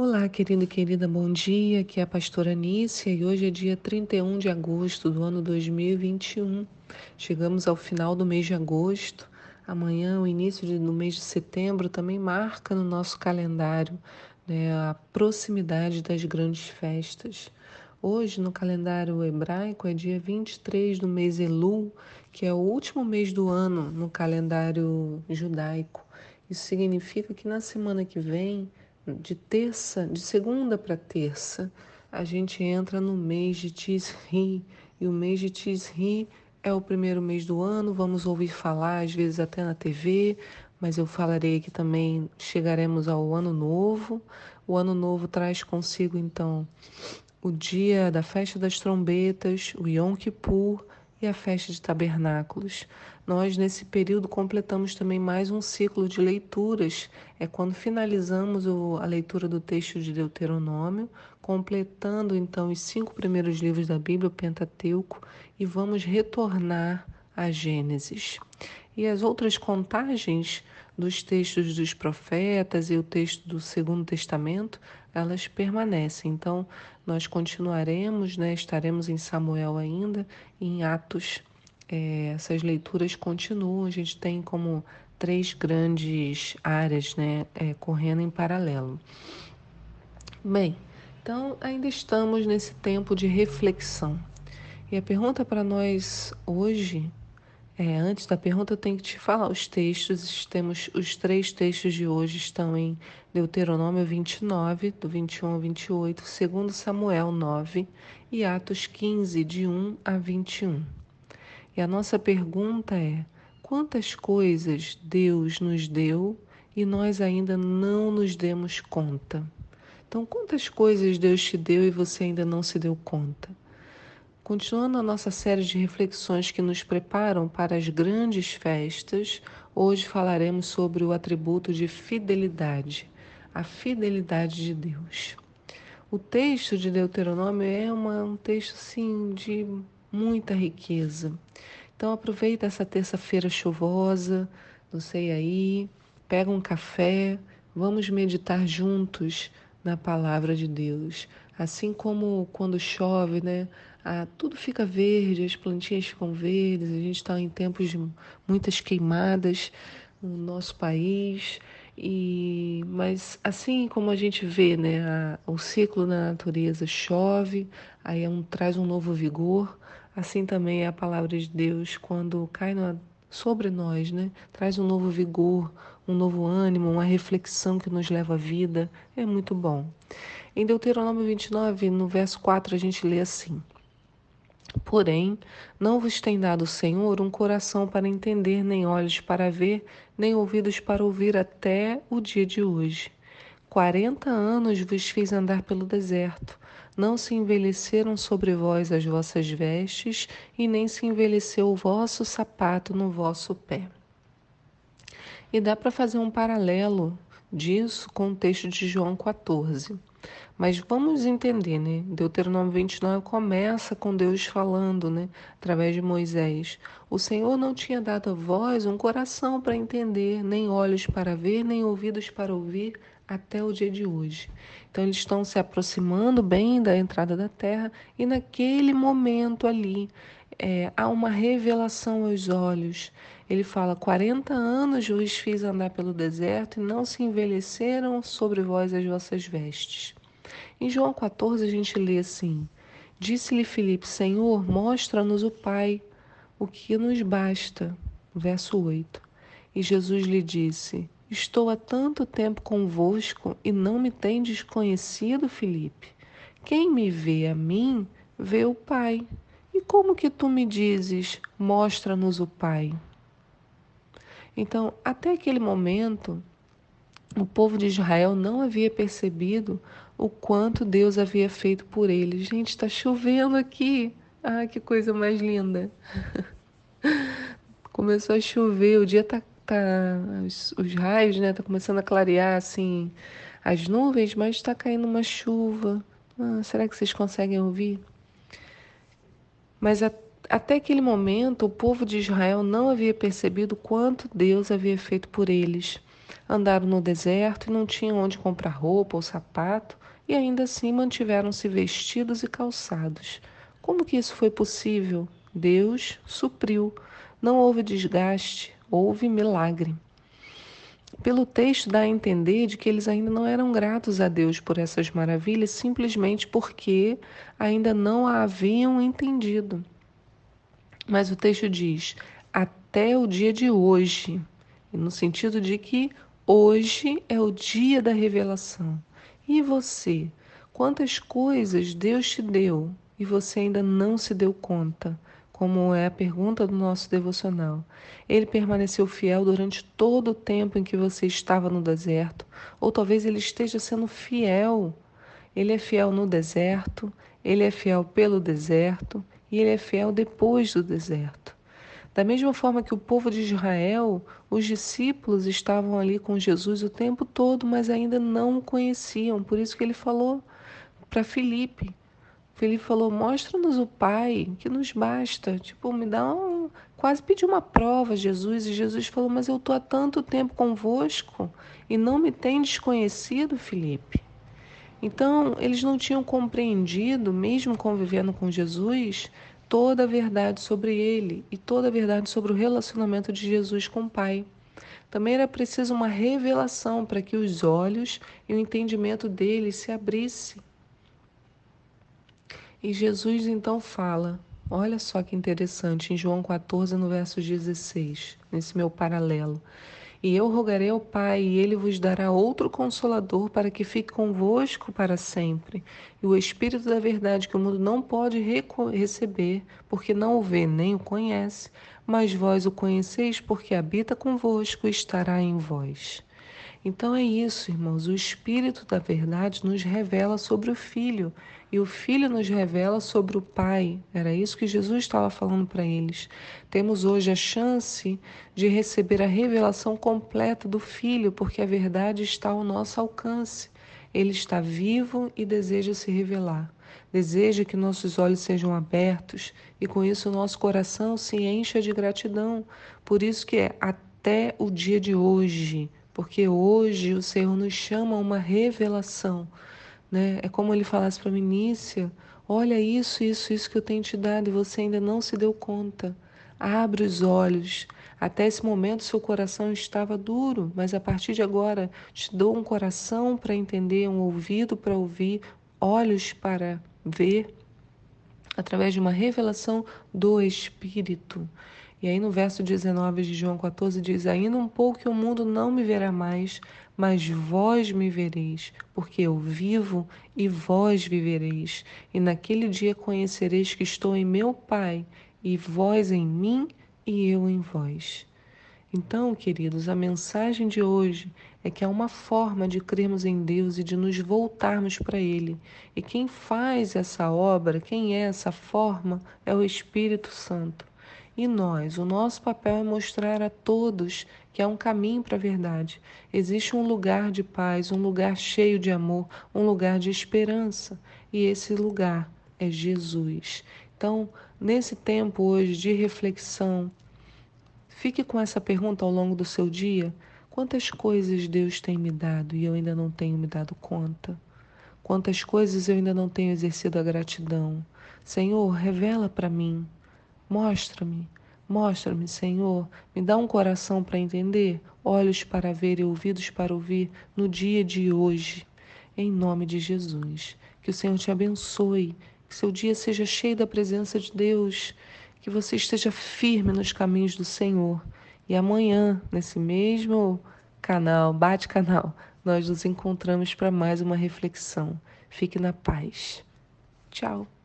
Olá, querido e querida, bom dia. Aqui é a pastora Nícia e hoje é dia 31 de agosto do ano 2021. Chegamos ao final do mês de agosto. Amanhã, o início do mês de setembro, também marca no nosso calendário, né, a proximidade das grandes festas. Hoje, no calendário hebraico, é dia 23 do mês Elul, que é o último mês do ano no calendário judaico. Isso significa que na semana que vem, de segunda para terça, a gente entra no mês de Tisri, e o mês de Tisri é o primeiro mês do ano. Vamos ouvir falar, às vezes até na TV, mas eu falarei que também chegaremos ao Ano Novo. O Ano Novo traz consigo, então, o dia da festa das trombetas, o Yom Kippur e a festa de tabernáculos. Nós, nesse período, completamos também mais um ciclo de leituras. É quando finalizamos a leitura do texto de Deuteronômio, completando então os 5 primeiros livros da Bíblia, o Pentateuco, e vamos retornar a Gênesis. E as outras contagens dos textos dos profetas e o texto do Segundo Testamento, elas permanecem. Então, nós continuaremos, né, estaremos em Samuel ainda, em Atos. Essas leituras continuam, a gente tem como 3 grandes áreas, né, correndo em paralelo. Bem, então ainda estamos nesse tempo de reflexão. E a pergunta para nós hoje antes da pergunta, eu tenho que te falar os textos. Temos os 3 textos de hoje, estão em Deuteronômio 29, do 21 ao 28, 2 Samuel 9 e Atos 15, de 1 a 21. E a nossa pergunta é: quantas coisas Deus nos deu e nós ainda não nos demos conta? Então, quantas coisas Deus te deu e você ainda não se deu conta? Continuando a nossa série de reflexões que nos preparam para as grandes festas, hoje falaremos sobre o atributo de fidelidade, a fidelidade de Deus. O texto de Deuteronômio é um texto, sim, de muita riqueza. Então aproveita essa terça-feira chuvosa, não sei aí, pega um café, vamos meditar juntos na palavra de Deus. Assim como quando chove, né? Tudo fica verde, as plantinhas ficam verdes, a gente está em tempos de muitas queimadas no nosso país. Mas assim como a gente vê, né, o ciclo da natureza chove, aí traz um novo vigor, assim também é a palavra de Deus quando cai sobre nós, né, traz um novo vigor, um novo ânimo, uma reflexão que nos leva à vida. É muito bom. Em Deuteronômio 29, no verso 4, a gente lê assim: Porém, não vos tem dado o Senhor um coração para entender, nem olhos para ver, nem ouvidos para ouvir até o dia de hoje. 40 anos vos fiz andar pelo deserto. Não se envelheceram sobre vós as vossas vestes, e nem se envelheceu o vosso sapato no vosso pé. E dá para fazer um paralelo disso com o texto de João 14. Mas vamos entender, né? Deuteronômio 29 começa com Deus falando, né? Através de Moisés. O Senhor não tinha dado a vós um coração para entender, nem olhos para ver, nem ouvidos para ouvir, até o dia de hoje. Então eles estão se aproximando bem da entrada da terra e naquele momento ali há uma revelação aos olhos. Ele fala: 40 anos vos fiz andar pelo deserto e não se envelheceram sobre vós as vossas vestes. Em João 14 a gente lê assim: Disse-lhe Filipe: Senhor, mostra-nos o Pai, o que nos basta. Verso 8. E Jesus lhe disse: Estou há tanto tempo convosco e não me tendes conhecido, Filipe? Quem me vê a mim, vê o Pai. E como que tu me dizes: Mostra-nos o Pai? Então, até aquele momento, o povo de Israel não havia percebido o quanto Deus havia feito por eles. Gente, está chovendo aqui. Ah, que coisa mais linda. Começou a chover, o dia os raios, né, tá começando a clarear assim as nuvens, mas está caindo uma chuva. Será que vocês conseguem ouvir? Mas até aquele momento, o povo de Israel não havia percebido quanto Deus havia feito por eles. Andaram no deserto e não tinham onde comprar roupa ou sapato, e ainda assim mantiveram-se vestidos e calçados. Como que isso foi possível? Deus supriu. Não houve desgaste, houve milagre. Pelo texto dá a entender de que eles ainda não eram gratos a Deus por essas maravilhas, simplesmente porque ainda não a haviam entendido. Mas o texto diz, até o dia de hoje, no sentido de que hoje é o dia da revelação. E você? Quantas coisas Deus te deu e você ainda não se deu conta? Como é a pergunta do nosso devocional. Ele permaneceu fiel durante todo o tempo em que você estava no deserto, ou talvez ele esteja sendo fiel. Ele é fiel no deserto, ele é fiel pelo deserto e ele é fiel depois do deserto. Da mesma forma que o povo de Israel, os discípulos estavam ali com Jesus o tempo todo, mas ainda não o conheciam. Por isso que ele falou para Filipe. Filipe falou: mostra-nos o Pai, que nos basta. Tipo, me dá um. Quase pediu uma prova, Jesus. E Jesus falou: mas eu estou há tanto tempo convosco e não me tendes conhecido, Filipe. Então, eles não tinham compreendido, mesmo convivendo com Jesus, toda a verdade sobre ele e toda a verdade sobre o relacionamento de Jesus com o Pai. Também era preciso uma revelação para que os olhos e o entendimento deles se abrissem. E Jesus então fala, olha só que interessante, em João 14, no verso 16, nesse meu paralelo. E eu rogarei ao Pai, e ele vos dará outro consolador para que fique convosco para sempre. E o Espírito da verdade que o mundo não pode receber, porque não o vê nem o conhece, mas vós o conheceis porque habita convosco e estará em vós. Então é isso, irmãos. O Espírito da verdade nos revela sobre o Filho e o Filho nos revela sobre o Pai. Era isso que Jesus estava falando para eles. Temos hoje a chance de receber a revelação completa do Filho, porque a verdade está ao nosso alcance. Ele está vivo e deseja se revelar. Deseja que nossos olhos sejam abertos e com isso o nosso coração se encha de gratidão. Por isso que é até o dia de hoje, porque hoje o Senhor nos chama a uma revelação, né? É como ele falasse para a Vinícius, olha isso que eu tenho te dado e você ainda não se deu conta. Abre os olhos. Até esse momento seu coração estava duro, mas a partir de agora te dou um coração para entender, um ouvido para ouvir, olhos para ver, através de uma revelação do Espírito. E aí no verso 19 de João 14 diz, ainda um pouco que o mundo não me verá mais, mas vós me vereis, porque eu vivo e vós vivereis. E naquele dia conhecereis que estou em meu Pai, e vós em mim e eu em vós. Então, queridos, a mensagem de hoje é que há uma forma de crermos em Deus e de nos voltarmos para Ele. E quem faz essa obra, quem é essa forma, é o Espírito Santo. E nós, o nosso papel é mostrar a todos que há um caminho para a verdade. Existe um lugar de paz, um lugar cheio de amor, um lugar de esperança. E esse lugar é Jesus. Então, nesse tempo hoje de reflexão, fique com essa pergunta ao longo do seu dia. Quantas coisas Deus tem me dado e eu ainda não tenho me dado conta? Quantas coisas eu ainda não tenho exercido a gratidão? Senhor, revela para mim. Mostra-me. Mostra-me, Senhor. Me dá um coração para entender, olhos para ver e ouvidos para ouvir no dia de hoje. Em nome de Jesus. Que o Senhor te abençoe. Que seu dia seja cheio da presença de Deus. Que você esteja firme nos caminhos do Senhor. E amanhã, nesse mesmo canal, Bate Canal, nós nos encontramos para mais uma reflexão. Fique na paz. Tchau.